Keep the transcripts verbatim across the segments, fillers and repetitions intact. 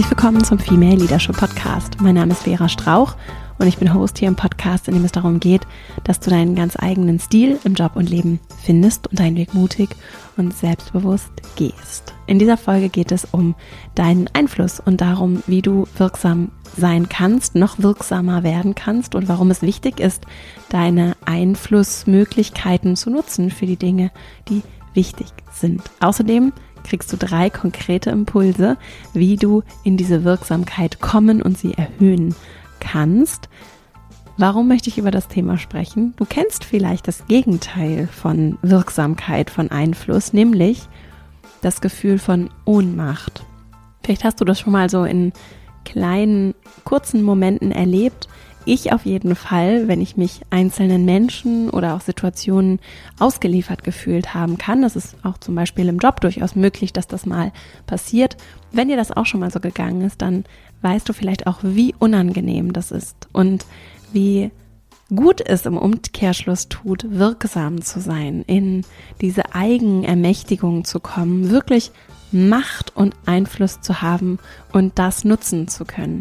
Herzlich willkommen zum Female Leadership Podcast. Mein Name ist Vera Strauch und ich bin Host hier im Podcast, in dem es darum geht, dass du deinen ganz eigenen Stil im Job und Leben findest und deinen Weg mutig und selbstbewusst gehst. In dieser Folge geht es um deinen Einfluss und darum, wie du wirksam sein kannst, noch wirksamer werden kannst und warum es wichtig ist, deine Einflussmöglichkeiten zu nutzen für die Dinge, die wichtig sind. Außerdem kriegst du drei konkrete Impulse, wie du in diese Wirksamkeit kommen und sie erhöhen kannst. Warum möchte ich über das Thema sprechen? Du kennst vielleicht das Gegenteil von Wirksamkeit, von Einfluss, nämlich das Gefühl von Ohnmacht. Vielleicht hast du das schon mal so in kleinen, kurzen Momenten erlebt. Ich auf jeden Fall, wenn ich mich einzelnen Menschen oder auch Situationen ausgeliefert gefühlt haben kann. Das ist auch zum Beispiel im Job durchaus möglich, dass das mal passiert. Wenn dir das auch schon mal so gegangen ist, dann weißt du vielleicht auch, wie unangenehm das ist und wie gut es im Umkehrschluss tut, wirksam zu sein, in diese Eigenermächtigung zu kommen, wirklich Macht und Einfluss zu haben und das nutzen zu können.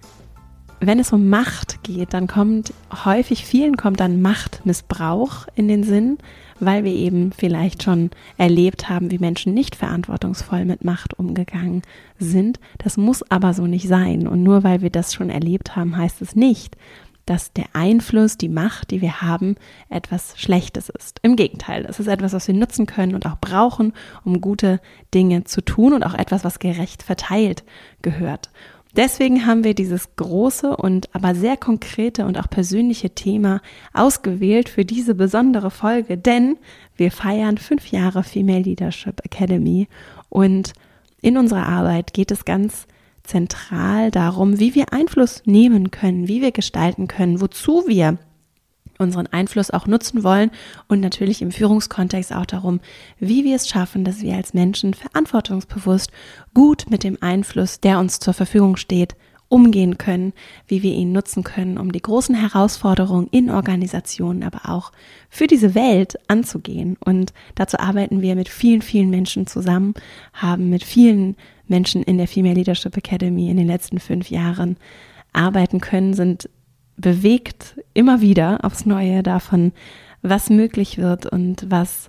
Wenn es um Macht geht, dann kommt häufig, vielen kommt dann Machtmissbrauch in den Sinn, weil wir eben vielleicht schon erlebt haben, wie Menschen nicht verantwortungsvoll mit Macht umgegangen sind. Das muss aber so nicht sein. Und nur weil wir das schon erlebt haben, heißt es nicht, dass der Einfluss, die Macht, die wir haben, etwas Schlechtes ist. Im Gegenteil, es ist etwas, was wir nutzen können und auch brauchen, um gute Dinge zu tun und auch etwas, was gerecht verteilt gehört. Deswegen haben wir dieses große und aber sehr konkrete und auch persönliche Thema ausgewählt für diese besondere Folge, denn wir feiern fünf Jahre Female Leadership Academy und in unserer Arbeit geht es ganz zentral darum, wie wir Einfluss nehmen können, wie wir gestalten können, wozu wir unseren Einfluss auch nutzen wollen und natürlich im Führungskontext auch darum, wie wir es schaffen, dass wir als Menschen verantwortungsbewusst gut mit dem Einfluss, der uns zur Verfügung steht, umgehen können, wie wir ihn nutzen können, um die großen Herausforderungen in Organisationen, aber auch für diese Welt anzugehen. Und dazu arbeiten wir mit vielen, vielen Menschen zusammen, haben mit vielen Menschen in der Female Leadership Academy in den letzten fünf Jahren arbeiten können, sind bewegt immer wieder aufs Neue davon, was möglich wird und was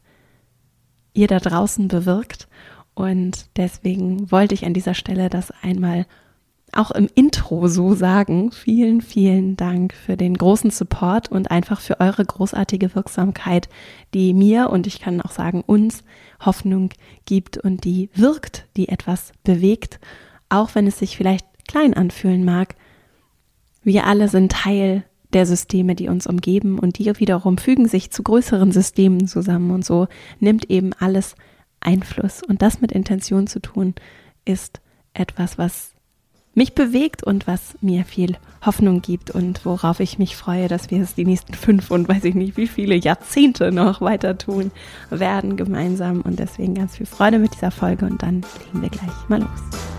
ihr da draußen bewirkt. Und deswegen wollte ich an dieser Stelle das einmal auch im Intro so sagen. Vielen, vielen Dank für den großen Support und einfach für eure großartige Wirksamkeit, die mir und ich kann auch sagen uns Hoffnung gibt und die wirkt, die etwas bewegt, auch wenn es sich vielleicht klein anfühlen mag. Wir alle sind Teil der Systeme, die uns umgeben und die wiederum fügen sich zu größeren Systemen zusammen und so nimmt eben alles Einfluss. Und das mit Intention zu tun, ist etwas, was mich bewegt und was mir viel Hoffnung gibt und worauf ich mich freue, dass wir es die nächsten fünf und weiß ich nicht wie viele Jahrzehnte noch weiter tun werden gemeinsam. Und deswegen ganz viel Freude mit dieser Folge und dann legen wir gleich mal los.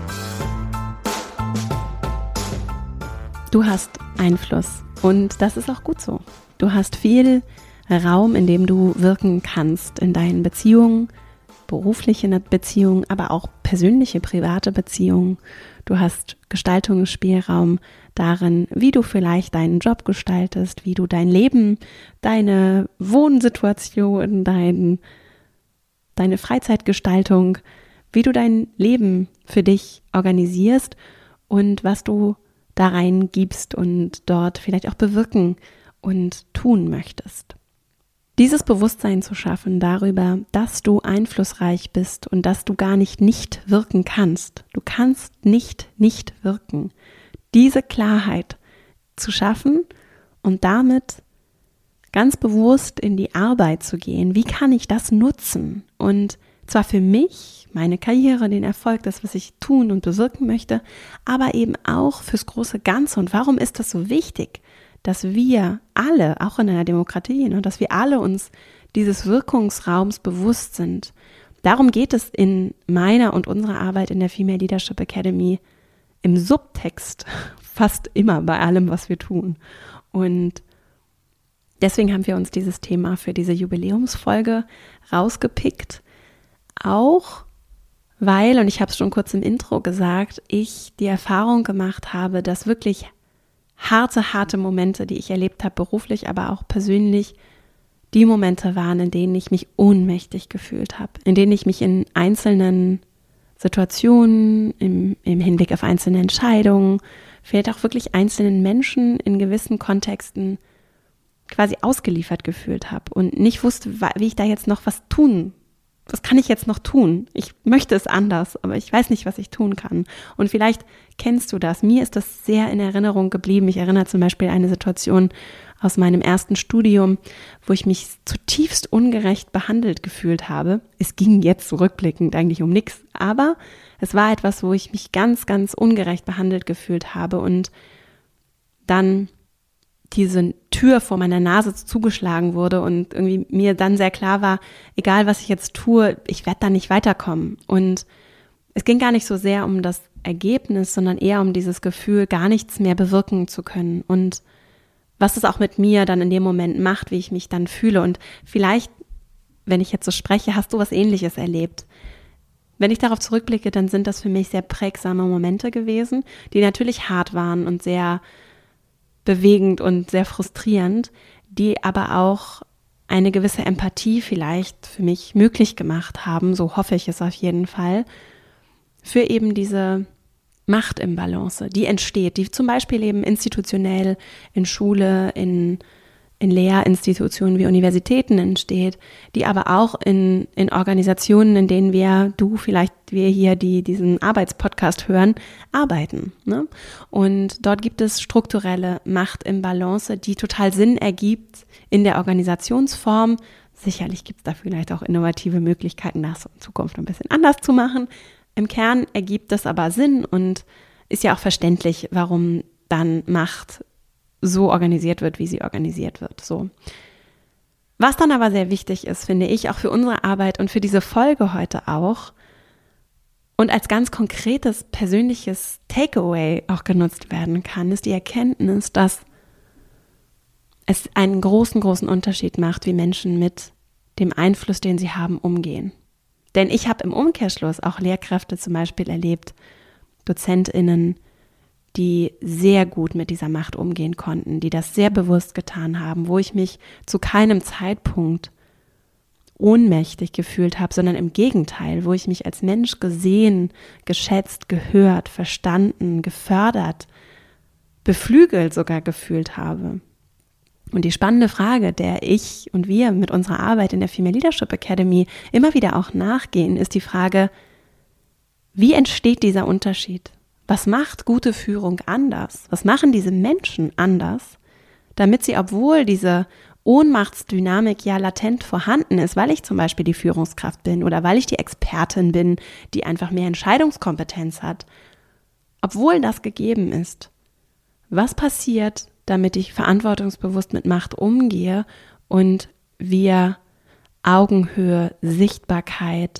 Du hast Einfluss und das ist auch gut so. Du hast viel Raum, in dem du wirken kannst in deinen Beziehungen, berufliche Beziehungen, aber auch persönliche, private Beziehungen. Du hast Gestaltungsspielraum darin, wie du vielleicht deinen Job gestaltest, wie du dein Leben, deine Wohnsituation, dein, deine Freizeitgestaltung, wie du dein Leben für dich organisierst und was du da rein gibst und dort vielleicht auch bewirken und tun möchtest. Dieses Bewusstsein zu schaffen darüber, dass du einflussreich bist und dass du gar nicht nicht wirken kannst. Du kannst nicht nicht wirken. Diese Klarheit zu schaffen und damit ganz bewusst in die Arbeit zu gehen. Wie kann ich das nutzen? Und zwar für mich, meine Karriere, den Erfolg, das, was ich tun und bewirken möchte, aber eben auch fürs große Ganze. Und warum ist das so wichtig, dass wir alle, auch in einer Demokratie, ne, dass wir alle uns dieses Wirkungsraums bewusst sind. Darum geht es in meiner und unserer Arbeit in der Female Leadership Academy im Subtext fast immer bei allem, was wir tun. Und deswegen haben wir uns dieses Thema für diese Jubiläumsfolge rausgepickt, auch weil, und ich habe es schon kurz im Intro gesagt, ich die Erfahrung gemacht habe, dass wirklich harte, harte Momente, die ich erlebt habe, beruflich, aber auch persönlich, die Momente waren, in denen ich mich ohnmächtig gefühlt habe, in denen ich mich in einzelnen Situationen, im, im Hinblick auf einzelne Entscheidungen, vielleicht auch wirklich einzelnen Menschen in gewissen Kontexten quasi ausgeliefert gefühlt habe und nicht wusste, wie ich da jetzt noch was tun, was kann ich jetzt noch tun? Ich möchte es anders, aber ich weiß nicht, was ich tun kann. Und vielleicht kennst du das. Mir ist das sehr in Erinnerung geblieben. Ich erinnere zum Beispiel an eine Situation aus meinem ersten Studium, wo ich mich zutiefst ungerecht behandelt gefühlt habe. Es ging jetzt rückblickend eigentlich um nichts, aber es war etwas, wo ich mich ganz, ganz ungerecht behandelt gefühlt habe und dann diese Tür vor meiner Nase zugeschlagen wurde und irgendwie mir dann sehr klar war, egal was ich jetzt tue, ich werde da nicht weiterkommen. Und es ging gar nicht so sehr um das Ergebnis, sondern eher um dieses Gefühl, gar nichts mehr bewirken zu können und was es auch mit mir dann in dem Moment macht, wie ich mich dann fühle. Und vielleicht, wenn ich jetzt so spreche, hast du was Ähnliches erlebt. Wenn ich darauf zurückblicke, dann sind das für mich sehr prägsame Momente gewesen, die natürlich hart waren und sehr bewegend und sehr frustrierend, die aber auch eine gewisse Empathie vielleicht für mich möglich gemacht haben, so hoffe ich es auf jeden Fall, für eben diese Machtimbalance, die entsteht, die zum Beispiel eben institutionell in Schule, in, in Lehrinstitutionen wie Universitäten entsteht, die aber auch in, in Organisationen, in denen wir, du vielleicht, wir hier, die diesen Arbeitspodcast hören, arbeiten. Ne? Und dort gibt es strukturelle Machtimbalance, die total Sinn ergibt in der Organisationsform. Sicherlich gibt es da vielleicht auch innovative Möglichkeiten, das in Zukunft ein bisschen anders zu machen. Im Kern ergibt das aber Sinn und ist ja auch verständlich, warum dann Macht so organisiert wird, wie sie organisiert wird. So. Was dann aber sehr wichtig ist, finde ich, auch für unsere Arbeit und für diese Folge heute auch und als ganz konkretes persönliches Takeaway auch genutzt werden kann, ist die Erkenntnis, dass es einen großen, großen Unterschied macht, wie Menschen mit dem Einfluss, den sie haben, umgehen. Denn ich habe im Umkehrschluss auch Lehrkräfte zum Beispiel erlebt, DozentInnen, die sehr gut mit dieser Macht umgehen konnten, die das sehr bewusst getan haben, wo ich mich zu keinem Zeitpunkt ohnmächtig gefühlt habe, sondern im Gegenteil, wo ich mich als Mensch gesehen, geschätzt, gehört, verstanden, gefördert, beflügelt sogar gefühlt habe. Und die spannende Frage, der ich und wir mit unserer Arbeit in der Female Leadership Academy immer wieder auch nachgehen, ist die Frage, wie entsteht dieser Unterschied? Was macht gute Führung anders? Was machen diese Menschen anders, damit sie, obwohl diese Ohnmachtsdynamik ja latent vorhanden ist, weil ich zum Beispiel die Führungskraft bin oder weil ich die Expertin bin, die einfach mehr Entscheidungskompetenz hat, obwohl das gegeben ist, was passiert, damit ich verantwortungsbewusst mit Macht umgehe und wir Augenhöhe, Sichtbarkeit,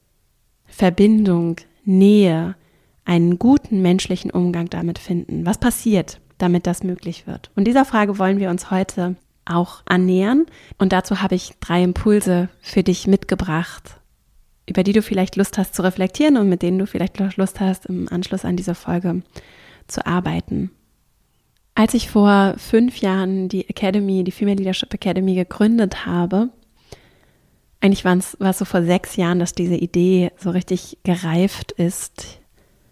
Verbindung, Nähe, einen guten menschlichen Umgang damit finden? Was passiert, damit das möglich wird? Und dieser Frage wollen wir uns heute auch annähern. Und dazu habe ich drei Impulse für dich mitgebracht, über die du vielleicht Lust hast zu reflektieren und mit denen du vielleicht Lust hast, im Anschluss an diese Folge zu arbeiten. Als ich vor fünf Jahren die Academy, die Female Leadership Academy gegründet habe, eigentlich war es, war es so vor sechs Jahren, dass diese Idee so richtig gereift ist.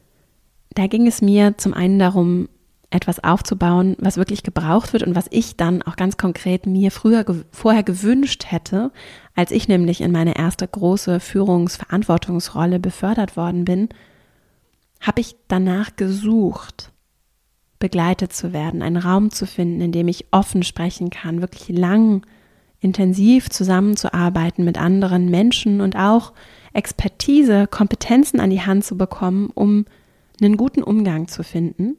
Da ging es mir zum einen darum, etwas aufzubauen, was wirklich gebraucht wird und was ich dann auch ganz konkret mir früher vorher gewünscht hätte, als ich nämlich in meine erste große Führungsverantwortungsrolle befördert worden bin, habe ich danach gesucht, begleitet zu werden, einen Raum zu finden, in dem ich offen sprechen kann, wirklich lang, intensiv zusammenzuarbeiten mit anderen Menschen und auch Expertise, Kompetenzen an die Hand zu bekommen, um einen guten Umgang zu finden.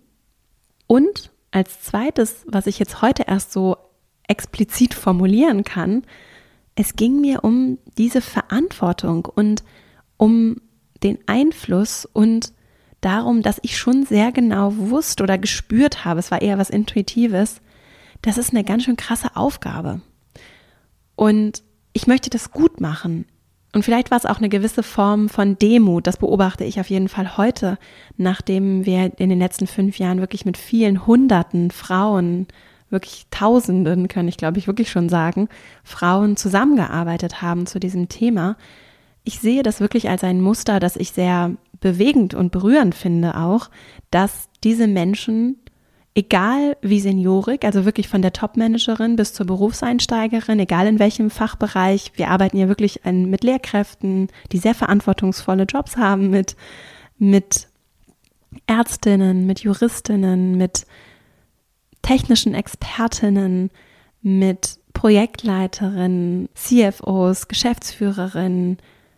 Und als zweites, was ich jetzt heute erst so explizit formulieren kann, es ging mir um diese Verantwortung und um den Einfluss und darum, dass ich schon sehr genau wusste oder gespürt habe, es war eher was Intuitives, das ist eine ganz schön krasse Aufgabe. Und ich möchte das gut machen. Und vielleicht war es auch eine gewisse Form von Demut, das beobachte ich auf jeden Fall heute, nachdem wir in den letzten fünf Jahren wirklich mit vielen hunderten Frauen, wirklich Tausenden, kann ich glaube ich wirklich schon sagen, Frauen zusammengearbeitet haben zu diesem Thema. Ich sehe das wirklich als ein Muster, das ich sehr bewegend und berührend finde auch, dass diese Menschen, egal wie seniorig, also wirklich von der Top-Managerin bis zur Berufseinsteigerin, egal in welchem Fachbereich, wir arbeiten ja wirklich an, mit Lehrkräften, die sehr verantwortungsvolle Jobs haben, mit, mit Ärztinnen, mit Juristinnen, mit technischen Expertinnen, mit Projektleiterinnen, C F Os, Geschäftsführerinnen,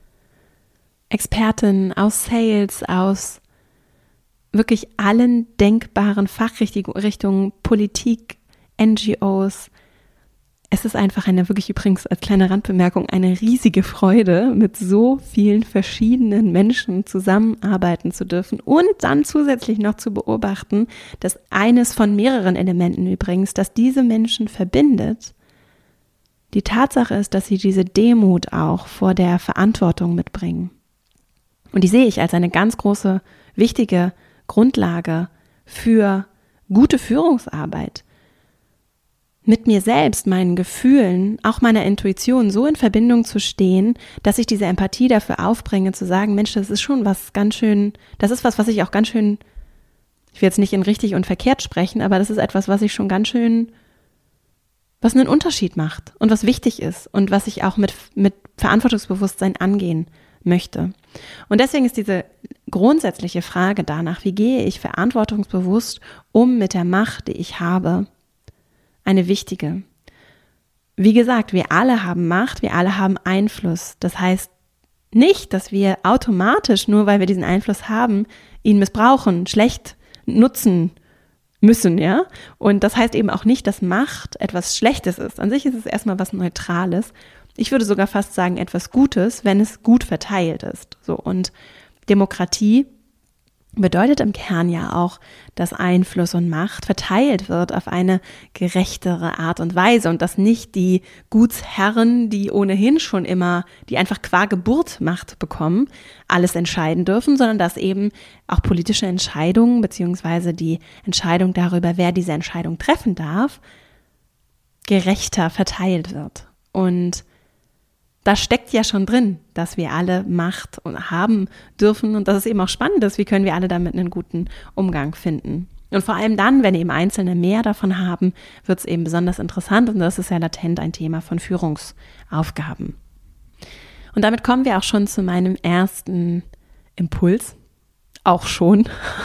Expertinnen aus Sales, aus wirklich allen denkbaren Fachrichtungen, Politik, N G Os. Es ist einfach eine, wirklich übrigens als kleine Randbemerkung, eine riesige Freude, mit so vielen verschiedenen Menschen zusammenarbeiten zu dürfen und dann zusätzlich noch zu beobachten, dass eines von mehreren Elementen übrigens, dass diese Menschen verbindet, die Tatsache ist, dass sie diese Demut auch vor der Verantwortung mitbringen. Und die sehe ich als eine ganz große, wichtige Grundlage für gute Führungsarbeit. Mit mir selbst, meinen Gefühlen, auch meiner Intuition so in Verbindung zu stehen, dass ich diese Empathie dafür aufbringe, zu sagen, Mensch, das ist schon was ganz schön, das ist was, was ich auch ganz schön, ich will jetzt nicht in richtig und verkehrt sprechen, aber das ist etwas, was ich schon ganz schön, was einen Unterschied macht und was wichtig ist und was ich auch mit, mit Verantwortungsbewusstsein angehen möchte. Und deswegen ist diese grundsätzliche Frage danach, wie gehe ich verantwortungsbewusst um mit der Macht, die ich habe, eine wichtige. Wie gesagt, wir alle haben Macht, wir alle haben Einfluss. Das heißt nicht, dass wir automatisch, nur weil wir diesen Einfluss haben, ihn missbrauchen, schlecht nutzen müssen, ja. Und das heißt eben auch nicht, dass Macht etwas Schlechtes ist. An sich ist es erstmal was Neutrales. Ich würde sogar fast sagen, etwas Gutes, wenn es gut verteilt ist. So, und Demokratie bedeutet im Kern ja auch, dass Einfluss und Macht verteilt wird auf eine gerechtere Art und Weise und dass nicht die Gutsherren, die ohnehin schon immer, die einfach qua Geburt Macht bekommen, alles entscheiden dürfen, sondern dass eben auch politische Entscheidungen beziehungsweise die Entscheidung darüber, wer diese Entscheidung treffen darf, gerechter verteilt wird. Und da steckt ja schon drin, dass wir alle Macht haben dürfen und dass es eben auch spannend ist, wie können wir alle damit einen guten Umgang finden. Und vor allem dann, wenn eben Einzelne mehr davon haben, wird es eben besonders interessant und das ist ja latent ein Thema von Führungsaufgaben. Und damit kommen wir auch schon zu meinem ersten Impuls, auch schon.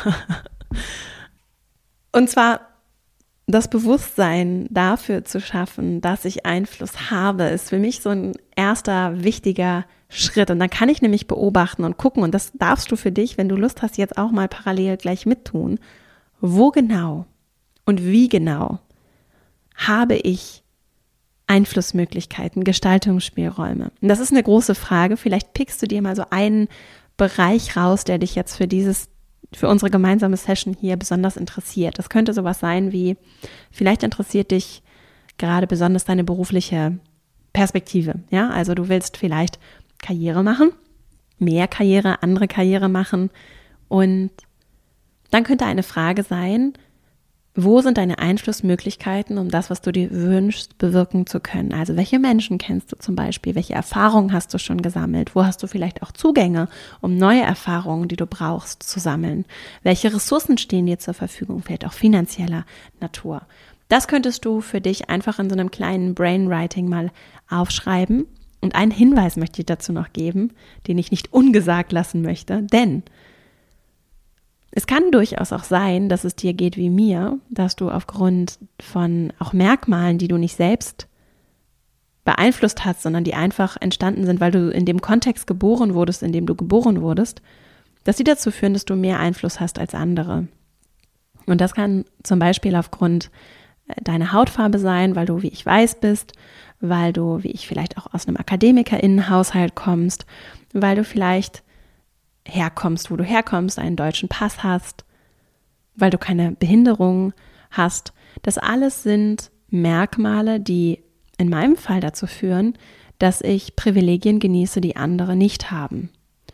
Und zwar das Bewusstsein dafür zu schaffen, dass ich Einfluss habe, ist für mich so ein erster wichtiger Schritt. Und dann kann ich nämlich beobachten und gucken, und das darfst du für dich, wenn du Lust hast, jetzt auch mal parallel gleich mittun, wo genau und wie genau habe ich Einflussmöglichkeiten, Gestaltungsspielräume. Und das ist eine große Frage. Vielleicht pickst du dir mal so einen Bereich raus, der dich jetzt für dieses für unsere gemeinsame Session hier besonders interessiert. Das könnte sowas sein wie, vielleicht interessiert dich gerade besonders deine berufliche Perspektive. Ja, also du willst vielleicht Karriere machen, mehr Karriere, andere Karriere machen und dann könnte eine Frage sein, wo sind deine Einflussmöglichkeiten, um das, was du dir wünschst, bewirken zu können? Also welche Menschen kennst du zum Beispiel? Welche Erfahrungen hast du schon gesammelt? Wo hast du vielleicht auch Zugänge, um neue Erfahrungen, die du brauchst, zu sammeln? Welche Ressourcen stehen dir zur Verfügung? Vielleicht auch finanzieller Natur. Das könntest du für dich einfach in so einem kleinen Brainwriting mal aufschreiben. Und einen Hinweis möchte ich dazu noch geben, den ich nicht ungesagt lassen möchte, denn es kann durchaus auch sein, dass es dir geht wie mir, dass du aufgrund von auch Merkmalen, die du nicht selbst beeinflusst hast, sondern die einfach entstanden sind, weil du in dem Kontext geboren wurdest, in dem du geboren wurdest, dass die dazu führen, dass du mehr Einfluss hast als andere. Und das kann zum Beispiel aufgrund deiner Hautfarbe sein, weil du wie ich weiß bist, weil du wie ich vielleicht auch aus einem AkademikerInnenhaushalt kommst, weil du vielleicht herkommst, wo du herkommst, einen deutschen Pass hast, weil du keine Behinderung hast. Das alles sind Merkmale, die in meinem Fall dazu führen, dass ich Privilegien genieße, die andere nicht haben.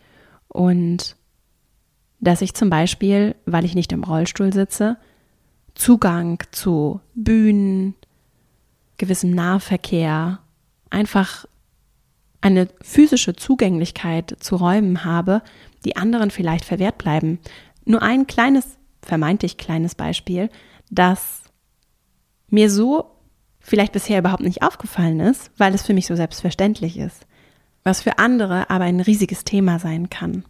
Und dass ich zum Beispiel, weil ich nicht im Rollstuhl sitze, Zugang zu Bühnen, gewissem Nahverkehr, einfach eine physische Zugänglichkeit zu Räumen habe, die anderen vielleicht verwehrt bleiben. Nur ein kleines, vermeintlich kleines Beispiel, das mir so vielleicht bisher überhaupt nicht aufgefallen ist, weil es für mich so selbstverständlich ist, was für andere aber ein riesiges Thema sein kann.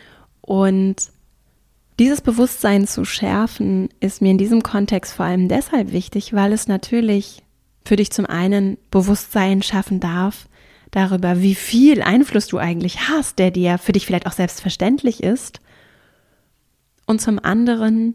Und dieses Bewusstsein zu schärfen, ist mir in diesem Kontext vor allem deshalb wichtig, weil es natürlich für dich zum einen Bewusstsein schaffen darf darüber, wie viel Einfluss du eigentlich hast, der dir für dich vielleicht auch selbstverständlich ist. Und zum anderen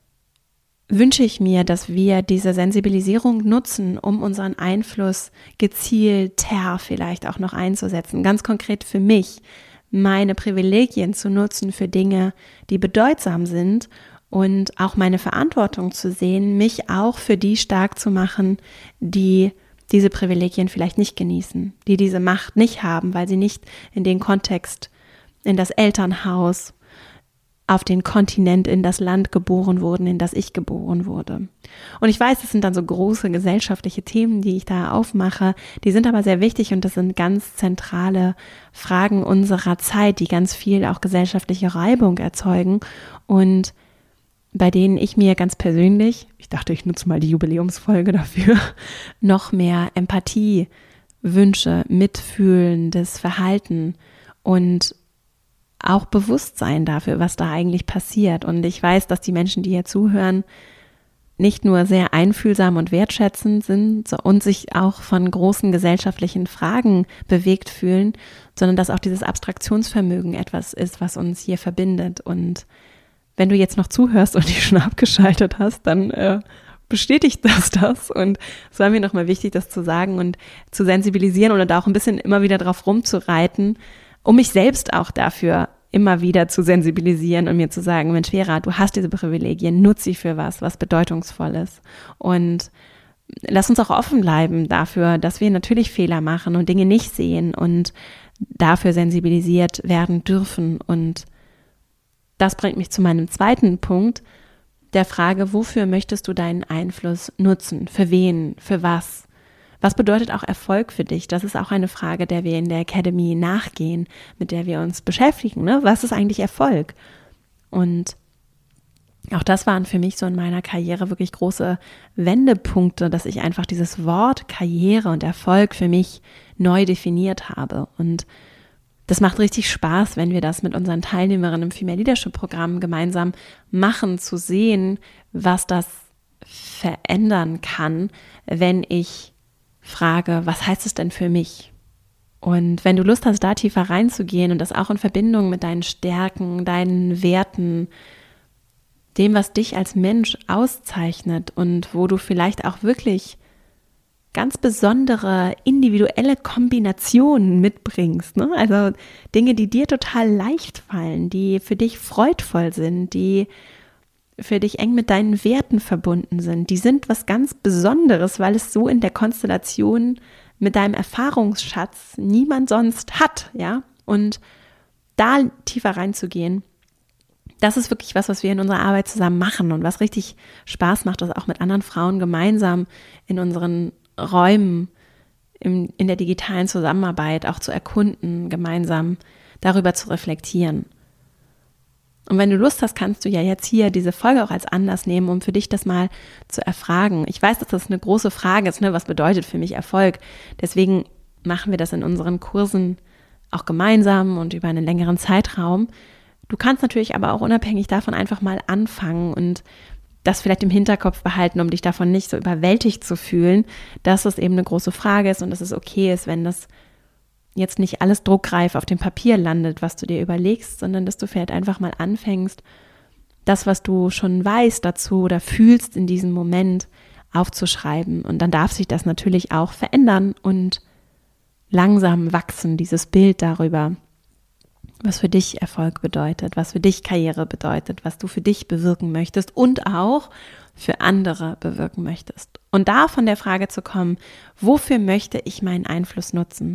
wünsche ich mir, dass wir diese Sensibilisierung nutzen, um unseren Einfluss gezielter vielleicht auch noch einzusetzen. Ganz konkret für mich, meine Privilegien zu nutzen für Dinge, die bedeutsam sind und auch meine Verantwortung zu sehen, mich auch für die stark zu machen, die diese Privilegien vielleicht nicht genießen, die diese Macht nicht haben, weil sie nicht in den Kontext, in das Elternhaus, auf den Kontinent, in das Land geboren wurden, in das ich geboren wurde. Und ich weiß, das sind dann so große gesellschaftliche Themen, die ich da aufmache, die sind aber sehr wichtig und das sind ganz zentrale Fragen unserer Zeit, die ganz viel auch gesellschaftliche Reibung erzeugen und bei denen ich mir ganz persönlich, ich dachte, ich nutze mal die Jubiläumsfolge dafür, noch mehr Empathie wünsche, mitfühlendes Verhalten und auch Bewusstsein dafür, was da eigentlich passiert. Und ich weiß, dass die Menschen, die hier zuhören, nicht nur sehr einfühlsam und wertschätzend sind und sich auch von großen gesellschaftlichen Fragen bewegt fühlen, sondern dass auch dieses Abstraktionsvermögen etwas ist, was uns hier verbindet. Und wenn du jetzt noch zuhörst und dich schon abgeschaltet hast, dann äh, bestätigt das das. Und es war mir nochmal wichtig, das zu sagen und zu sensibilisieren oder da auch ein bisschen immer wieder drauf rumzureiten, um mich selbst auch dafür immer wieder zu sensibilisieren und mir zu sagen, Mensch Vera, du hast diese Privilegien, nutze sie für was, was Bedeutungsvolles. Und lass uns auch offen bleiben dafür, dass wir natürlich Fehler machen und Dinge nicht sehen und dafür sensibilisiert werden dürfen. Und das bringt mich zu meinem zweiten Punkt, der Frage, wofür möchtest du deinen Einfluss nutzen? Für wen? Für was? Was bedeutet auch Erfolg für dich? Das ist auch eine Frage, der wir in der Academy nachgehen, mit der wir uns beschäftigen. Ne? Was ist eigentlich Erfolg? Und auch das waren für mich so in meiner Karriere wirklich große Wendepunkte, dass ich einfach dieses Wort Karriere und Erfolg für mich neu definiert habe. Und das macht richtig Spaß, wenn wir das mit unseren Teilnehmerinnen im Female Leadership Programm gemeinsam machen, zu sehen, was das verändern kann, wenn ich frage, was heißt es denn für mich? Und wenn du Lust hast, da tiefer reinzugehen und das auch in Verbindung mit deinen Stärken, deinen Werten, dem, was dich als Mensch auszeichnet und wo du vielleicht auch wirklich ganz besondere individuelle Kombinationen mitbringst, ne? Also Dinge, die dir total leicht fallen, die für dich freudvoll sind, die für dich eng mit deinen Werten verbunden sind, die sind was ganz Besonderes, weil es so in der Konstellation mit deinem Erfahrungsschatz niemand sonst hat, ja, und da tiefer reinzugehen, das ist wirklich was, was wir in unserer Arbeit zusammen machen und was richtig Spaß macht, das auch mit anderen Frauen gemeinsam in unseren Räumen, in, in der digitalen Zusammenarbeit auch zu erkunden, gemeinsam darüber zu reflektieren. Und wenn du Lust hast, kannst du ja jetzt hier diese Folge auch als Anlass nehmen, um für dich das mal zu erfragen. Ich weiß, dass das eine große Frage ist, ne? Was bedeutet für mich Erfolg? Deswegen machen wir das in unseren Kursen auch gemeinsam und über einen längeren Zeitraum. Du kannst natürlich aber auch unabhängig davon einfach mal anfangen und das vielleicht im Hinterkopf behalten, um dich davon nicht so überwältigt zu fühlen, dass es eben eine große Frage ist und dass es okay ist, wenn das jetzt nicht alles druckreif auf dem Papier landet, was du dir überlegst, sondern dass du vielleicht einfach mal anfängst, das, was du schon weißt dazu oder fühlst in diesem Moment, aufzuschreiben. Und dann darf sich das natürlich auch verändern und langsam wachsen, dieses Bild darüber, was für dich Erfolg bedeutet, was für dich Karriere bedeutet, was du für dich bewirken möchtest und auch für andere bewirken möchtest. Und da von der Frage zu kommen, wofür möchte ich meinen Einfluss nutzen?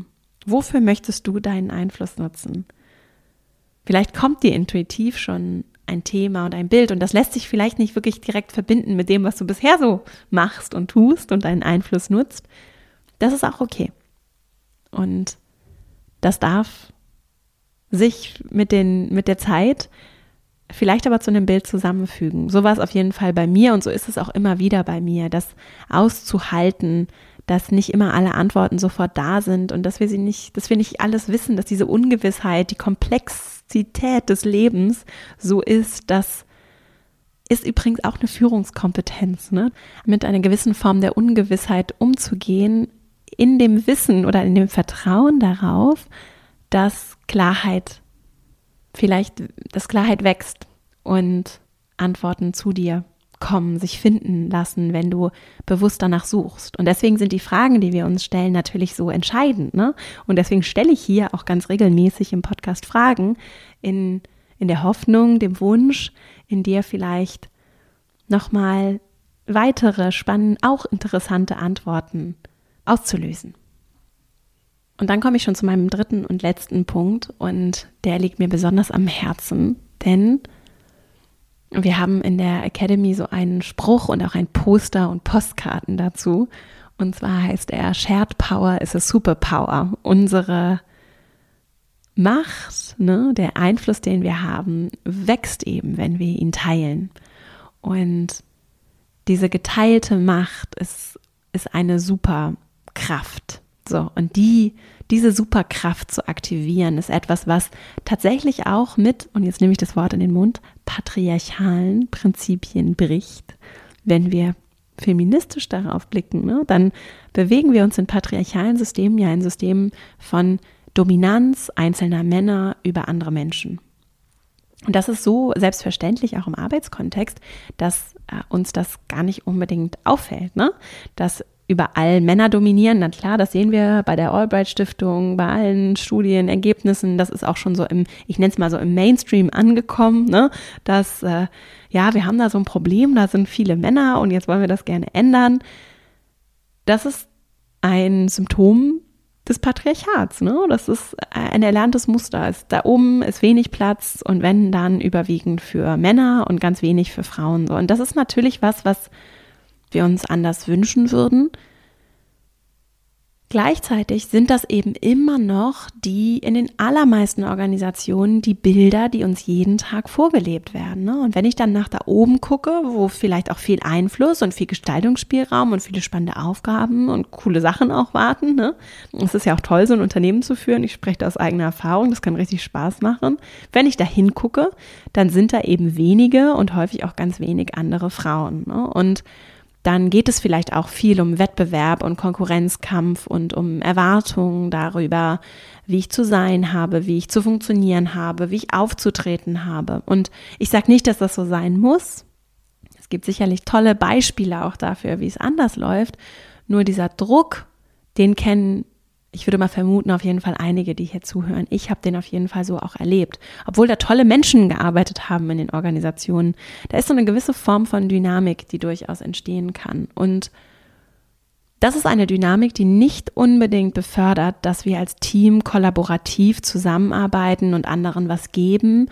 Wofür möchtest du deinen Einfluss nutzen? Vielleicht kommt dir intuitiv schon ein Thema und ein Bild und das lässt sich vielleicht nicht wirklich direkt verbinden mit dem, was du bisher so machst und tust und deinen Einfluss nutzt. Das ist auch okay. Und das darf sich mit, den, mit der Zeit vielleicht aber zu einem Bild zusammenfügen. So war es auf jeden Fall bei mir und so ist es auch immer wieder bei mir, das auszuhalten, dass nicht immer alle Antworten sofort da sind und dass wir sie nicht, dass wir nicht alles wissen, dass diese Ungewissheit, die Komplexität des Lebens so ist, das ist übrigens auch eine Führungskompetenz, ne? Mit einer gewissen Form der Ungewissheit umzugehen, in dem Wissen oder in dem Vertrauen darauf, dass Klarheit vielleicht, dass Klarheit wächst und Antworten zu dir kommen, sich finden lassen, wenn du bewusst danach suchst. Und deswegen sind die Fragen, die wir uns stellen, natürlich so entscheidend, ne? Und deswegen stelle ich hier auch ganz regelmäßig im Podcast Fragen in, in der Hoffnung, dem Wunsch, in dir vielleicht nochmal weitere, spannende, auch interessante Antworten auszulösen. Und dann komme ich schon zu meinem dritten und letzten Punkt und der liegt mir besonders am Herzen, denn wir haben in der Academy so einen Spruch und auch ein Poster und Postkarten dazu. Und zwar heißt er, Shared Power is a Superpower. Unsere Macht, ne, der Einfluss, den wir haben, wächst eben, wenn wir ihn teilen. Und diese geteilte Macht ist, ist eine Superkraft. So, und die, diese Superkraft zu aktivieren, ist etwas, was tatsächlich auch mit, und jetzt nehme ich das Wort in den Mund, patriarchalen Prinzipien bricht. Wenn wir feministisch darauf blicken, ne, dann bewegen wir uns in patriarchalen Systemen ja ein System von Dominanz einzelner Männer über andere Menschen. Und das ist so selbstverständlich auch im Arbeitskontext, dass äh, uns das gar nicht unbedingt auffällt, ne? Dass überall Männer dominieren, na klar, das sehen wir bei der Albright-Stiftung, bei allen Studienergebnissen, das ist auch schon so im, ich nenne es mal so im Mainstream angekommen, ne? Dass, äh, ja, wir haben da so ein Problem, da sind viele Männer und jetzt wollen wir das gerne ändern. Das ist ein Symptom des Patriarchats, ne? Das ist ein erlerntes Muster. Da oben ist wenig Platz und wenn, dann überwiegend für Männer und ganz wenig für Frauen. Und das ist natürlich was, was wir uns anders wünschen würden. Gleichzeitig sind das eben immer noch die in den allermeisten Organisationen die Bilder, die uns jeden Tag vorgelebt werden, ne? Und wenn ich dann nach da oben gucke, wo vielleicht auch viel Einfluss und viel Gestaltungsspielraum und viele spannende Aufgaben und coole Sachen auch warten, ne? Es ist ja auch toll, so ein Unternehmen zu führen. Ich spreche da aus eigener Erfahrung, das kann richtig Spaß machen. Wenn ich da hingucke, dann sind da eben wenige und häufig auch ganz wenig andere Frauen, ne? Und dann geht es vielleicht auch viel um Wettbewerb und Konkurrenzkampf und um Erwartungen darüber, wie ich zu sein habe, wie ich zu funktionieren habe, wie ich aufzutreten habe. Und ich sage nicht, dass das so sein muss. Es gibt sicherlich tolle Beispiele auch dafür, wie es anders läuft. Nur dieser Druck, den kennen, ich würde mal vermuten, auf jeden Fall einige, die hier zuhören. Ich habe den auf jeden Fall so auch erlebt. Obwohl da tolle Menschen gearbeitet haben in den Organisationen. Da ist so eine gewisse Form von Dynamik, die durchaus entstehen kann. Und das ist eine Dynamik, die nicht unbedingt befördert, dass wir als Team kollaborativ zusammenarbeiten und anderen was geben.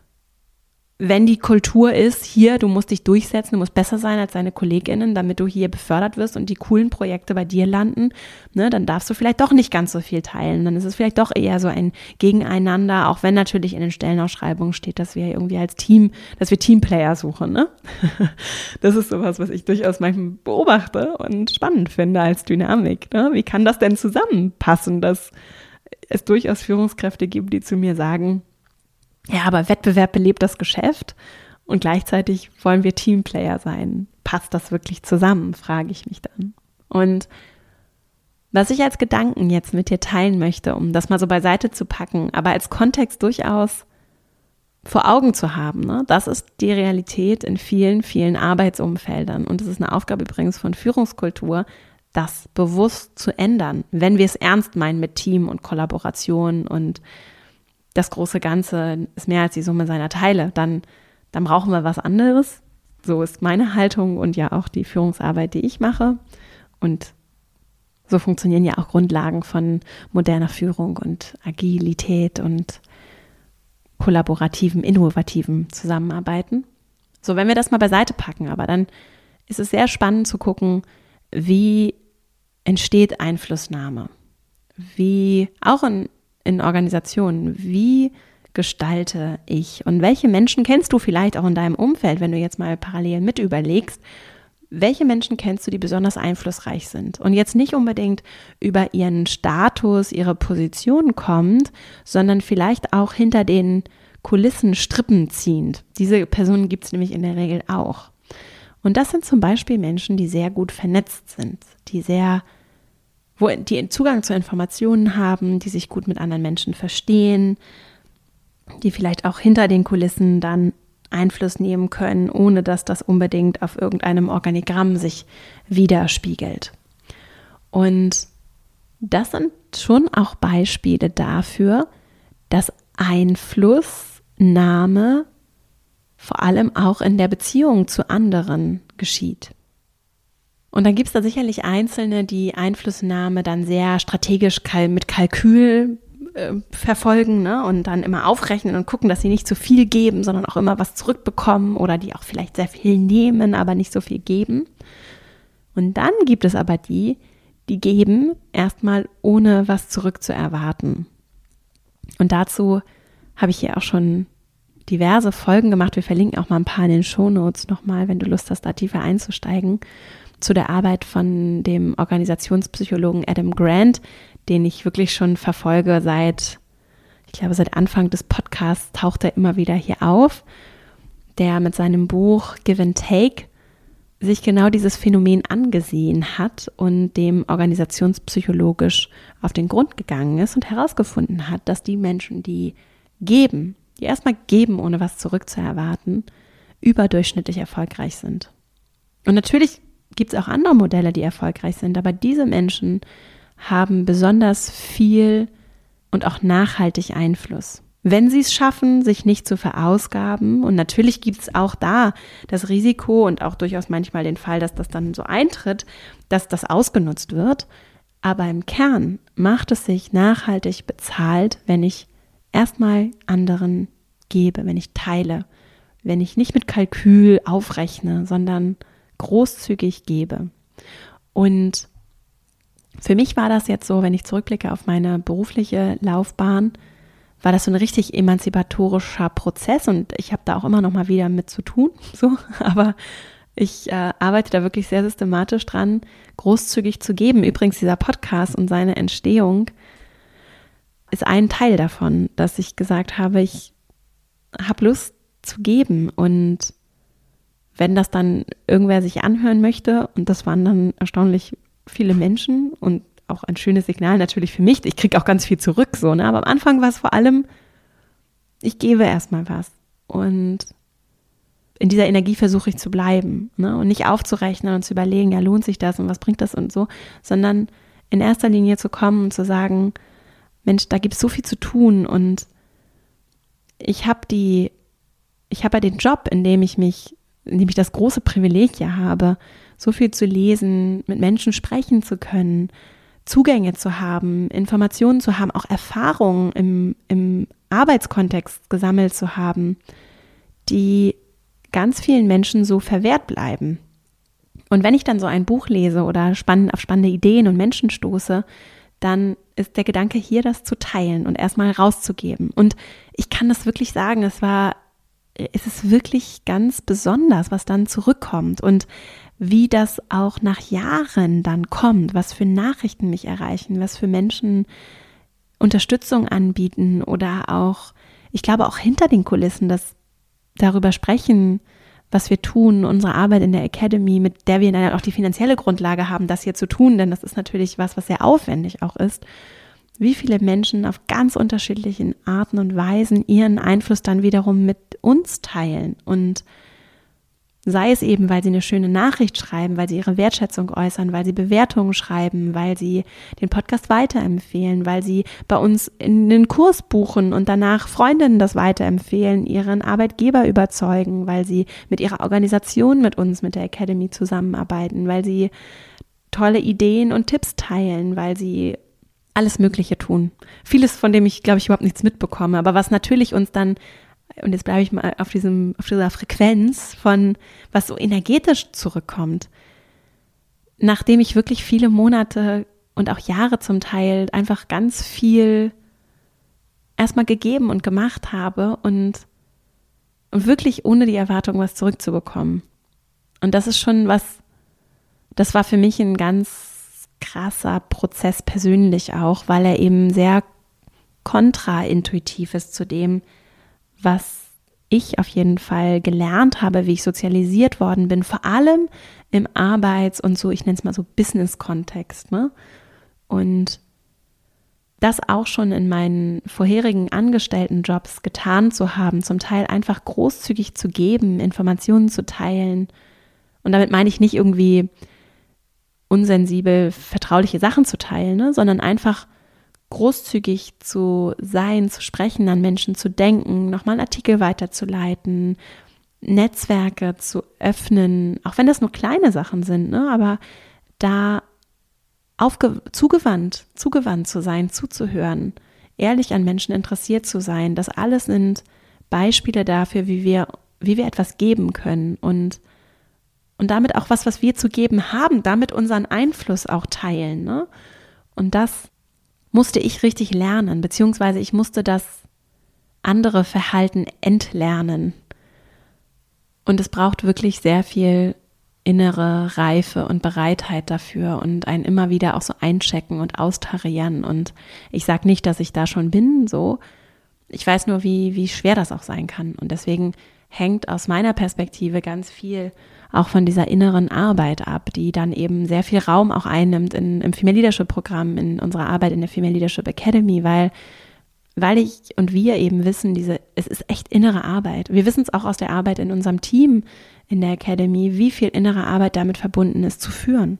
Wenn die Kultur ist, hier, du musst dich durchsetzen, du musst besser sein als deine KollegInnen, damit du hier befördert wirst und die coolen Projekte bei dir landen, ne, dann darfst du vielleicht doch nicht ganz so viel teilen. Dann ist es vielleicht doch eher so ein Gegeneinander, auch wenn natürlich in den Stellenausschreibungen steht, dass wir irgendwie als Team, dass wir Teamplayer suchen, ne? Das ist sowas, was ich durchaus manchmal beobachte und spannend finde als Dynamik, ne? Wie kann das denn zusammenpassen, dass es durchaus Führungskräfte gibt, die zu mir sagen, ja, aber Wettbewerb belebt das Geschäft und gleichzeitig wollen wir Teamplayer sein. Passt das wirklich zusammen, frage ich mich dann. Und was ich als Gedanken jetzt mit dir teilen möchte, um das mal so beiseite zu packen, aber als Kontext durchaus vor Augen zu haben, ne? Das ist die Realität in vielen, vielen Arbeitsumfeldern. Und es ist eine Aufgabe übrigens von Führungskultur, das bewusst zu ändern, wenn wir es ernst meinen mit Team und Kollaboration und das große Ganze ist mehr als die Summe seiner Teile, dann, dann brauchen wir was anderes. So ist meine Haltung und ja auch die Führungsarbeit, die ich mache. Und So funktionieren ja auch Grundlagen von moderner Führung und Agilität und kollaborativem, innovativem Zusammenarbeiten. So, wenn wir das mal beiseite packen, aber dann ist es sehr spannend zu gucken, wie entsteht Einflussnahme? Wie, auch in, in Organisationen, wie gestalte ich? Und welche Menschen kennst du vielleicht auch in deinem Umfeld, wenn du jetzt mal parallel mit überlegst, welche Menschen kennst du, die besonders einflussreich sind? Und jetzt nicht unbedingt über ihren Status, ihre Position kommt, sondern vielleicht auch hinter den Kulissen Strippen ziehend. Diese Personen gibt es nämlich in der Regel auch. Und das sind zum Beispiel Menschen, die sehr gut vernetzt sind, die sehr, wo die Zugang zu Informationen haben, die sich gut mit anderen Menschen verstehen, die vielleicht auch hinter den Kulissen dann Einfluss nehmen können, ohne dass das unbedingt auf irgendeinem Organigramm sich widerspiegelt. Und das sind schon auch Beispiele dafür, dass Einflussnahme vor allem auch in der Beziehung zu anderen geschieht. Und dann gibt es da sicherlich Einzelne, die Einflussnahme dann sehr strategisch kal- mit Kalkül äh, verfolgen, ne? Und dann immer aufrechnen und gucken, dass sie nicht zu viel geben, sondern auch immer was zurückbekommen oder die auch vielleicht sehr viel nehmen, aber nicht so viel geben. Und dann gibt es aber die, die geben erstmal ohne was zurückzuerwarten. Und dazu habe ich hier auch schon diverse Folgen gemacht. Wir verlinken auch mal ein paar in den Shownotes nochmal, wenn du Lust hast, da tiefer einzusteigen, zu der Arbeit von dem Organisationspsychologen Adam Grant, den ich wirklich schon verfolge seit, ich glaube, seit Anfang des Podcasts taucht er immer wieder hier auf, der mit seinem Buch Give and Take sich genau dieses Phänomen angesehen hat und dem organisationspsychologisch auf den Grund gegangen ist und herausgefunden hat, dass die Menschen, die geben, die erstmal geben, ohne was zurückzuerwarten, überdurchschnittlich erfolgreich sind. Und natürlich gibt es auch andere Modelle, die erfolgreich sind, aber diese Menschen haben besonders viel und auch nachhaltig Einfluss. Wenn sie es schaffen, sich nicht zu verausgaben, und natürlich gibt es auch da das Risiko und auch durchaus manchmal den Fall, dass das dann so eintritt, dass das ausgenutzt wird, aber im Kern macht es sich nachhaltig bezahlt, wenn ich erstmal anderen gebe, wenn ich teile, wenn ich nicht mit Kalkül aufrechne, sondern großzügig gebe. Und für mich war das jetzt so, wenn ich zurückblicke auf meine berufliche Laufbahn, war das so ein richtig emanzipatorischer Prozess und ich habe da auch immer noch mal wieder mit zu tun, so, aber ich äh, arbeite da wirklich sehr systematisch dran, großzügig zu geben. Übrigens, dieser Podcast und seine Entstehung ist ein Teil davon, dass ich gesagt habe, ich habe Lust zu geben und wenn das dann irgendwer sich anhören möchte, und das waren dann erstaunlich viele Menschen und auch ein schönes Signal natürlich für mich, ich kriege auch ganz viel zurück, so, ne? Aber am Anfang war es vor allem, ich gebe erstmal was und in dieser Energie versuche ich zu bleiben, ne? Und nicht aufzurechnen und zu überlegen, ja, lohnt sich das und was bringt das und so, sondern in erster Linie zu kommen und zu sagen, Mensch, da gibt es so viel zu tun und ich habe die, ich habe ja den Job, in dem ich mich, in dem ich das große Privileg ja habe, so viel zu lesen, mit Menschen sprechen zu können, Zugänge zu haben, Informationen zu haben, auch Erfahrungen im, im Arbeitskontext gesammelt zu haben, die ganz vielen Menschen so verwehrt bleiben. Und wenn ich dann so ein Buch lese oder spannend, auf spannende Ideen und Menschen stoße, dann ist der Gedanke hier, das zu teilen und erstmal rauszugeben. Und ich kann das wirklich sagen, es war, es ist wirklich ganz besonders, was dann zurückkommt und wie das auch nach Jahren dann kommt, was für Nachrichten mich erreichen, was für Menschen Unterstützung anbieten oder auch, ich glaube auch hinter den Kulissen, dass darüber sprechen, was wir tun, unsere Arbeit in der Academy, mit der wir dann auch die finanzielle Grundlage haben, das hier zu tun, denn das ist natürlich was, was sehr aufwendig auch ist, wie viele Menschen auf ganz unterschiedlichen Arten und Weisen ihren Einfluss dann wiederum mit uns teilen und sei es eben, weil sie eine schöne Nachricht schreiben, weil sie ihre Wertschätzung äußern, weil sie Bewertungen schreiben, weil sie den Podcast weiterempfehlen, weil sie bei uns in den Kurs buchen und danach Freundinnen das weiterempfehlen, ihren Arbeitgeber überzeugen, weil sie mit ihrer Organisation mit uns, mit der Academy zusammenarbeiten, weil sie tolle Ideen und Tipps teilen, weil sie alles Mögliche tun. Vieles, von dem ich, glaube ich, überhaupt nichts mitbekomme, aber was natürlich uns dann, und jetzt bleibe ich mal auf diesem, auf dieser Frequenz von, was so energetisch zurückkommt, nachdem ich wirklich viele Monate und auch Jahre zum Teil einfach ganz viel erstmal gegeben und gemacht habe und, und wirklich ohne die Erwartung, was zurückzubekommen. Und das ist schon was, das war für mich ein ganz krasser Prozess persönlich auch, weil er eben sehr kontraintuitiv ist zu dem, was ich auf jeden Fall gelernt habe, wie ich sozialisiert worden bin, vor allem im Arbeits- und so, ich nenne es mal so Business-Kontext, ne? Und das auch schon in meinen vorherigen Angestelltenjobs getan zu haben, zum Teil einfach großzügig zu geben, Informationen zu teilen. Und damit meine ich nicht irgendwie unsensibel vertrauliche Sachen zu teilen, ne, sondern einfach großzügig zu sein, zu sprechen, an Menschen zu denken, nochmal einen Artikel weiterzuleiten, Netzwerke zu öffnen, auch wenn das nur kleine Sachen sind, ne, aber da aufge- zugewandt, zugewandt zu sein, zuzuhören, ehrlich an Menschen interessiert zu sein, das alles sind Beispiele dafür, wie wir, wie wir etwas geben können und Und damit auch was, was wir zu geben haben, damit unseren Einfluss auch teilen, ne? Und das musste ich richtig lernen, beziehungsweise ich musste das andere Verhalten entlernen. Und es braucht wirklich sehr viel innere Reife und Bereitheit dafür und ein immer wieder auch so einchecken und austarieren. Und ich sage nicht, dass ich da schon bin, so. Ich weiß nur, wie, wie schwer das auch sein kann. Und deswegen hängt aus meiner Perspektive ganz viel auch von dieser inneren Arbeit ab, die dann eben sehr viel Raum auch einnimmt in, im Female Leadership Programm, in unserer Arbeit in der Female Leadership Academy, weil, weil ich und wir eben wissen, diese, es ist echt innere Arbeit. Wir wissen es auch aus der Arbeit in unserem Team in der Academy, wie viel innere Arbeit damit verbunden ist, zu führen.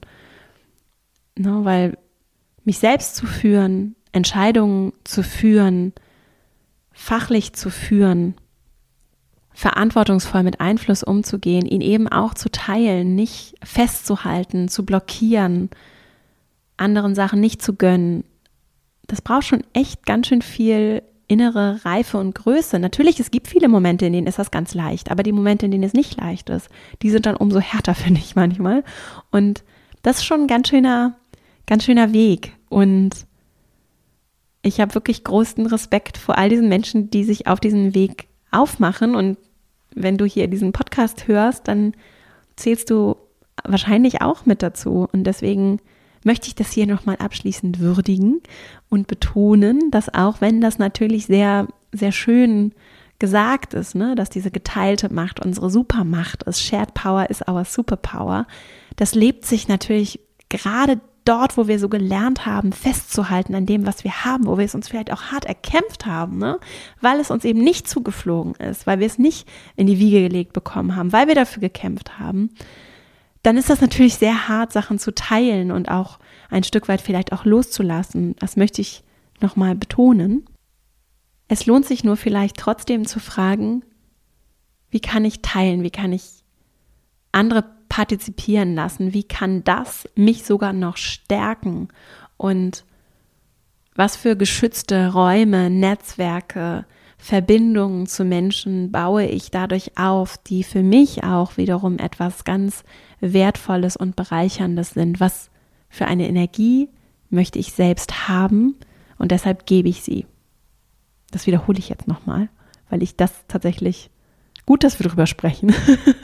No, weil mich selbst zu führen, Entscheidungen zu führen, fachlich zu führen, verantwortungsvoll mit Einfluss umzugehen, ihn eben auch zu teilen, nicht festzuhalten, zu blockieren, anderen Sachen nicht zu gönnen. Das braucht schon echt ganz schön viel innere Reife und Größe. Natürlich, es gibt viele Momente, in denen ist das ganz leicht, aber die Momente, in denen es nicht leicht ist, die sind dann umso härter, finde ich manchmal. Und das ist schon ein ganz schöner, ganz schöner Weg. Und ich habe wirklich großen Respekt vor all diesen Menschen, die sich auf diesen Weg aufmachen, und wenn du hier diesen Podcast hörst, dann zählst du wahrscheinlich auch mit dazu, und deswegen möchte ich das hier nochmal abschließend würdigen und betonen, dass auch wenn das natürlich sehr, sehr schön gesagt ist, ne, dass diese geteilte Macht unsere Supermacht ist, Shared Power is our Superpower, das lebt sich natürlich gerade dort, wo wir so gelernt haben, festzuhalten an dem, was wir haben, wo wir es uns vielleicht auch hart erkämpft haben, ne? Weil es uns eben nicht zugeflogen ist, weil wir es nicht in die Wiege gelegt bekommen haben, weil wir dafür gekämpft haben, dann ist das natürlich sehr hart, Sachen zu teilen und auch ein Stück weit vielleicht auch loszulassen. Das möchte ich nochmal betonen. Es lohnt sich nur vielleicht trotzdem zu fragen, wie kann ich teilen, wie kann ich andere partizipieren lassen, wie kann das mich sogar noch stärken und was für geschützte Räume, Netzwerke, Verbindungen zu Menschen baue ich dadurch auf, die für mich auch wiederum etwas ganz Wertvolles und Bereicherndes sind. Was für eine Energie möchte ich selbst haben und deshalb gebe ich sie. Das wiederhole ich jetzt nochmal, weil ich das tatsächlich, gut, dass wir darüber sprechen,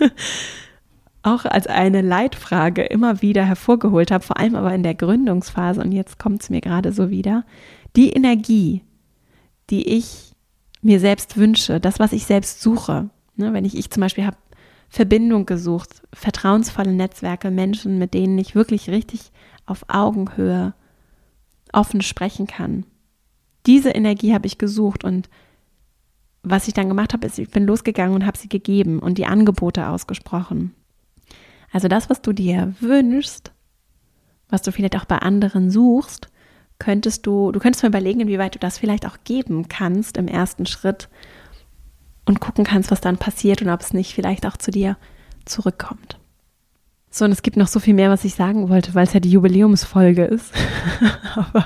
auch als eine Leitfrage immer wieder hervorgeholt habe, vor allem aber in der Gründungsphase, und jetzt kommt es mir gerade so wieder, die Energie, die ich mir selbst wünsche, das, was ich selbst suche, ne, wenn ich, ich zum Beispiel habe Verbindung gesucht, vertrauensvolle Netzwerke, Menschen, mit denen ich wirklich richtig auf Augenhöhe offen sprechen kann. Diese Energie habe ich gesucht, und was ich dann gemacht habe, ist, ich bin losgegangen und habe sie gegeben und die Angebote ausgesprochen. Also das, was du dir wünschst, was du vielleicht auch bei anderen suchst, könntest du, du könntest mal überlegen, inwieweit du das vielleicht auch geben kannst im ersten Schritt und gucken kannst, was dann passiert und ob es nicht vielleicht auch zu dir zurückkommt. So, und es gibt noch so viel mehr, was ich sagen wollte, weil es ja die Jubiläumsfolge ist. aber,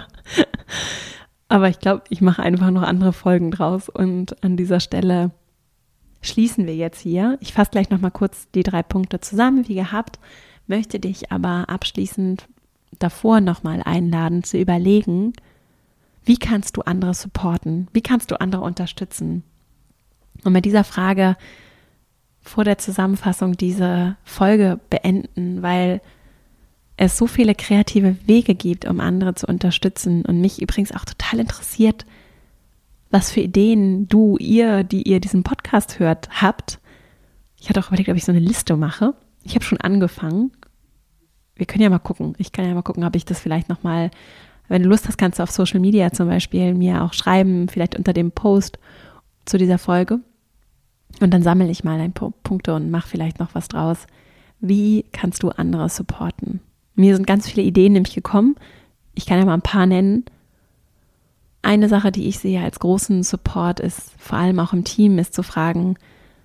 aber ich glaube, ich mache einfach noch andere Folgen draus. Und an dieser Stelle schließen wir jetzt hier. Ich fasse gleich nochmal kurz die drei Punkte zusammen, wie gehabt, möchte dich aber abschließend davor nochmal einladen, zu überlegen, wie kannst du andere supporten? Wie kannst du andere unterstützen? Und mit dieser Frage vor der Zusammenfassung diese Folge beenden, weil es so viele kreative Wege gibt, um andere zu unterstützen und mich übrigens auch total interessiert, was für Ideen du, ihr, die ihr diesen Podcast hört, habt. Ich hatte auch überlegt, ob ich so eine Liste mache. Ich habe schon angefangen. Wir können ja mal gucken. Ich kann ja mal gucken, ob ich das vielleicht nochmal, wenn du Lust hast, kannst du auf Social Media zum Beispiel mir auch schreiben, vielleicht unter dem Post zu dieser Folge. Und dann sammle ich mal ein paar Punkte und mache vielleicht noch was draus. Wie kannst du andere supporten? Mir sind ganz viele Ideen nämlich gekommen. Ich kann ja mal ein paar nennen. Eine Sache, die ich sehe als großen Support ist, vor allem auch im Team, ist zu fragen,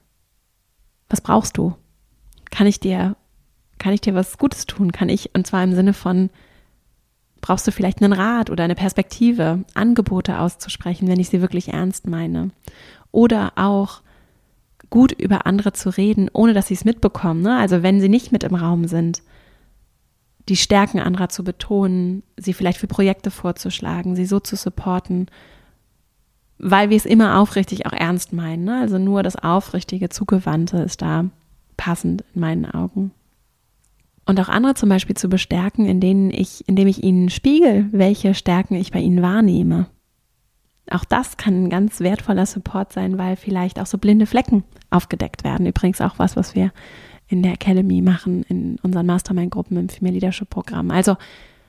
was brauchst du? Kann ich dir, kann ich dir was Gutes tun? Kann ich, und zwar im Sinne von, brauchst du vielleicht einen Rat oder eine Perspektive, Angebote auszusprechen, wenn ich sie wirklich ernst meine? Oder auch gut über andere zu reden, ohne dass sie es mitbekommen. Ne? Also wenn sie nicht mit im Raum sind, die Stärken anderer zu betonen, sie vielleicht für Projekte vorzuschlagen, sie so zu supporten, weil wir es immer aufrichtig auch ernst meinen. Ne? Also nur das aufrichtige, Zugewandte ist da passend in meinen Augen. Und auch andere zum Beispiel zu bestärken, in denen ich, indem ich ihnen spiegel, welche Stärken ich bei ihnen wahrnehme. Auch das kann ein ganz wertvoller Support sein, weil vielleicht auch so blinde Flecken aufgedeckt werden. Übrigens auch was, was wir in der Academy machen, in unseren Mastermind-Gruppen im Female Leadership-Programm. Also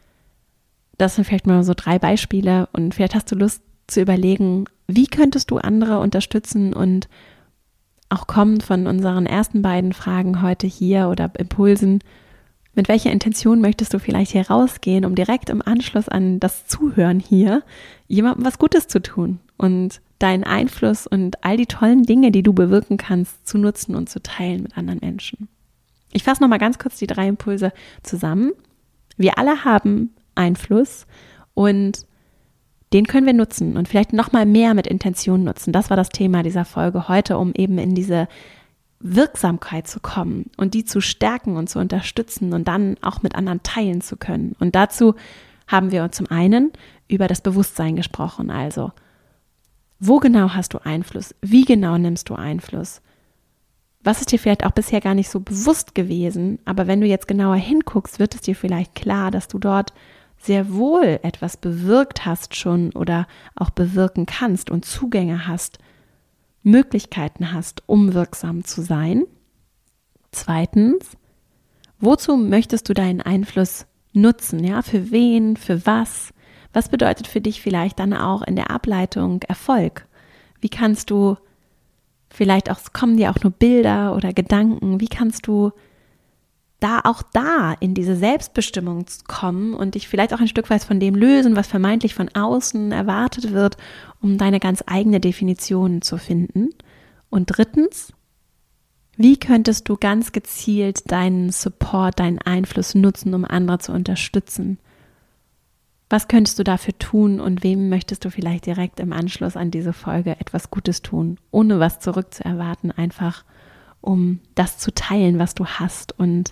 das sind vielleicht mal so drei Beispiele und vielleicht hast du Lust zu überlegen, wie könntest du andere unterstützen und auch kommend von unseren ersten beiden Fragen heute hier oder Impulsen, mit welcher Intention möchtest du vielleicht hier rausgehen, um direkt im Anschluss an das Zuhören hier jemandem was Gutes zu tun und deinen Einfluss und all die tollen Dinge, die du bewirken kannst, zu nutzen und zu teilen mit anderen Menschen. Ich fasse nochmal ganz kurz die drei Impulse zusammen. Wir alle haben Einfluss und den können wir nutzen und vielleicht nochmal mehr mit Intention nutzen. Das war das Thema dieser Folge heute, um eben in diese Wirksamkeit zu kommen und die zu stärken und zu unterstützen und dann auch mit anderen teilen zu können. Und dazu haben wir zum einen über das Bewusstsein gesprochen. Also, wo genau hast du Einfluss? Wie genau nimmst du Einfluss? Was ist dir vielleicht auch bisher gar nicht so bewusst gewesen, aber wenn du jetzt genauer hinguckst, wird es dir vielleicht klar, dass du dort sehr wohl etwas bewirkt hast schon oder auch bewirken kannst und Zugänge hast, Möglichkeiten hast, um wirksam zu sein. Zweitens, wozu möchtest du deinen Einfluss nutzen? Ja, für wen, für was? Was bedeutet für dich vielleicht dann auch in der Ableitung Erfolg? Wie kannst du vielleicht auch, kommen dir auch nur Bilder oder Gedanken, wie kannst du da auch da in diese Selbstbestimmung kommen und dich vielleicht auch ein Stück weit von dem lösen, was vermeintlich von außen erwartet wird, um deine ganz eigene Definition zu finden. Und drittens, wie könntest du ganz gezielt deinen Support, deinen Einfluss nutzen, um andere zu unterstützen? Was könntest du dafür tun und wem möchtest du vielleicht direkt im Anschluss an diese Folge etwas Gutes tun, ohne was zurückzuerwarten, einfach um das zu teilen, was du hast und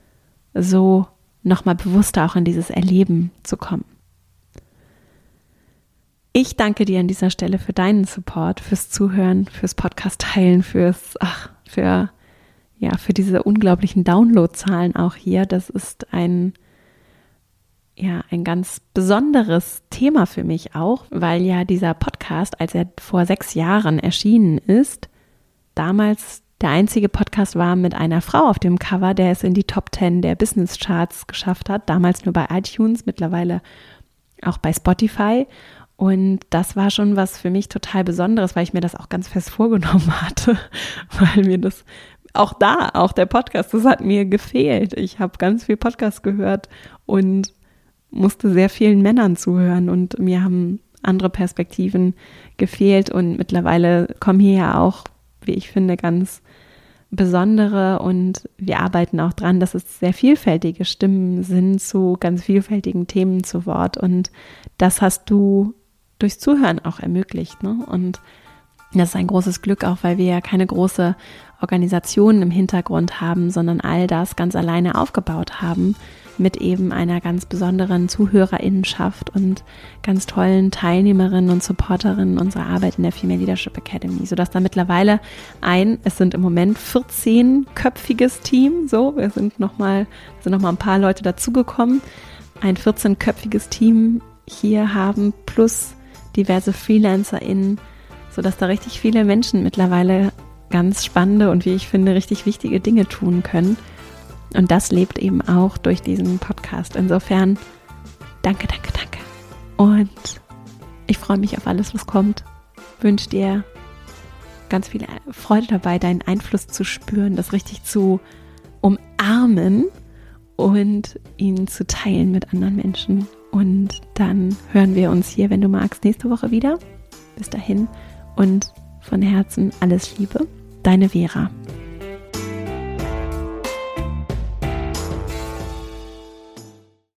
so nochmal bewusster auch in dieses Erleben zu kommen. Ich danke dir an dieser Stelle für deinen Support, fürs Zuhören, fürs Podcast-Teilen, fürs, ach, für, ja, für diese unglaublichen Downloadzahlen auch hier. Das ist ein, ja, ein ganz besonderes Thema für mich auch, weil ja dieser Podcast, als er vor sechs Jahren erschienen ist, damals der einzige Podcast war mit einer Frau auf dem Cover, der es in die Top Ten der Business Charts geschafft hat, damals nur bei iTunes, mittlerweile auch bei Spotify. Und das war schon was für mich total Besonderes, weil ich mir das auch ganz fest vorgenommen hatte, weil mir das auch da, auch der Podcast, das hat mir gefehlt. Ich habe ganz viel Podcast gehört und musste sehr vielen Männern zuhören und mir haben andere Perspektiven gefehlt und mittlerweile kommen hier ja auch, wie ich finde, ganz besondere und wir arbeiten auch dran, dass es sehr vielfältige Stimmen sind zu ganz vielfältigen Themen zu Wort und das hast du durchs Zuhören auch ermöglicht, ne? Und das ist ein großes Glück auch, weil wir ja keine große Organisation im Hintergrund haben, sondern all das ganz alleine aufgebaut haben mit eben einer ganz besonderen ZuhörerInnenschaft und ganz tollen Teilnehmerinnen und Supporterinnen unserer Arbeit in der Female Leadership Academy, sodass da mittlerweile ein, es sind im Moment vierzehnköpfiges Team, so, wir sind nochmal, sind nochmal ein paar Leute dazugekommen, ein vierzehnköpfiges Team hier haben, plus diverse FreelancerInnen, sodass da richtig viele Menschen mittlerweile ganz spannende und wie ich finde, richtig wichtige Dinge tun können. Und das lebt eben auch durch diesen Podcast. Insofern, danke, danke, danke. Und ich freue mich auf alles, was kommt. Wünsche dir ganz viel Freude dabei, deinen Einfluss zu spüren, das richtig zu umarmen und ihn zu teilen mit anderen Menschen. Und dann hören wir uns hier, wenn du magst, nächste Woche wieder. Bis dahin und von Herzen alles Liebe. Deine Vera.